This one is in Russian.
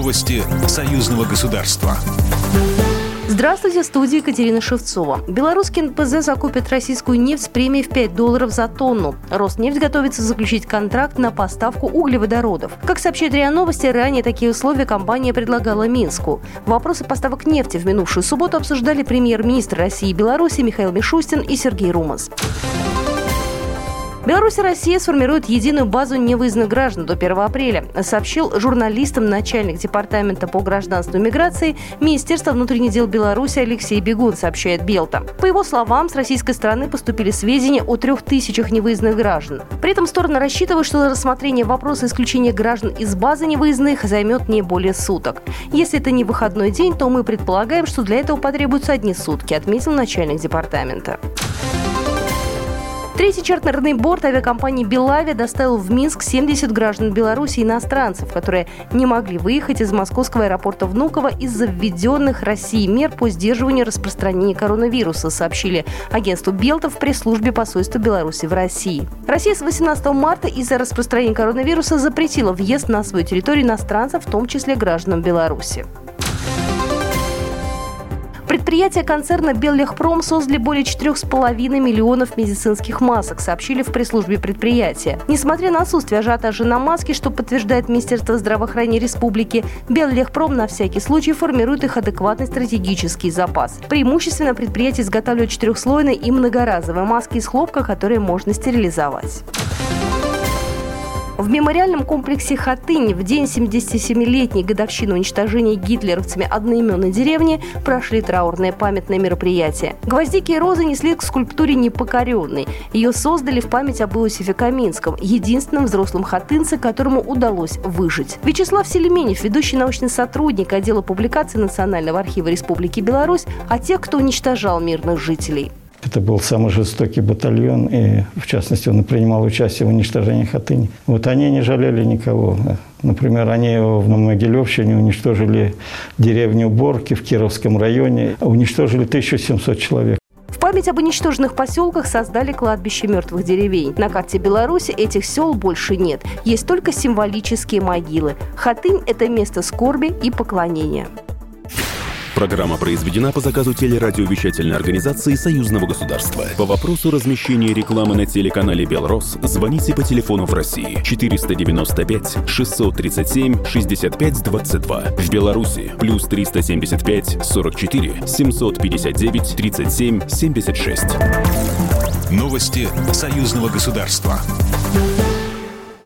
Новости союзного государства. Здравствуйте, в студии Екатерина Шевцова. Белорусский НПЗ закупит российскую нефть с премией в $5 за тонну. Роснефть готовится заключить контракт на поставку углеводородов. Как сообщает РИА Новости, ранее такие условия компания предлагала Минску. Вопросы поставок нефти в минувшую субботу обсуждали премьер-министр России и Беларуси Михаил Мишустин и Сергей Румас. Беларусь и Россия сформируют единую базу невыездных граждан до 1 апреля, сообщил журналистам начальник департамента по гражданству и миграции Министерства внутренних дел Беларуси Алексей Бегун, сообщает Белта. По его словам, с российской стороны поступили сведения о 3000 невыездных граждан. При этом стороны рассчитывают, что рассмотрение вопроса исключения граждан из базы невыездных займет не более суток. Если это не выходной день, то мы предполагаем, что для этого потребуются 1 сутки, отметил начальник департамента. Третий чартерный борт авиакомпании «Белавия» доставил в Минск 70 граждан Беларуси и иностранцев, которые не могли выехать из московского аэропорта Внуково из-за введенных Россией мер по сдерживанию распространения коронавируса, сообщили агентству «Белта» в пресс-службе посольства Беларуси в России. Россия с 18 марта из-за распространения коронавируса запретила въезд на свою территорию иностранцев, в том числе гражданам Беларуси. Предприятия концерна «Беллегпром» создали более 4,5 миллионов медицинских масок, сообщили в пресс-службе предприятия. Несмотря на отсутствие ажиотажа на маски, что подтверждает Министерство здравоохранения республики, «Беллегпром» на всякий случай формирует их адекватный стратегический запас. Преимущественно предприятие изготавливает 4-слойные и многоразовые маски из хлопка, которые можно стерилизовать. В мемориальном комплексе «Хатынь» в день 77-летней годовщины уничтожения гитлеровцами одноименной деревни прошли траурные памятные мероприятия. Гвоздики и розы несли к скульптуре «Непокоренный». Ее создали в память об Иосифе Каминском, единственном взрослом хатынце, которому удалось выжить. Вячеслав Селеменев, ведущий научный сотрудник отдела публикаций Национального архива Республики Беларусь, о тех, кто уничтожал мирных жителей. Это был самый жестокий батальон, и, в частности, он принимал участие в уничтожении Хатыни. Вот они не жалели никого. Например, они в Могилевщине уничтожили деревню Борки в Кировском районе, уничтожили 1700 человек. В память об уничтоженных поселках создали кладбище мертвых деревень. На карте Беларуси этих сел больше нет. Есть только символические могилы. Хатынь – это место скорби и поклонения. Программа произведена по заказу телерадиовещательной организации Союзного государства. По вопросу размещения рекламы на телеканале «Белрос» звоните по телефону в России 495 637 65 22. В Беларуси плюс 375 44 759 37 76. Новости союзного государства.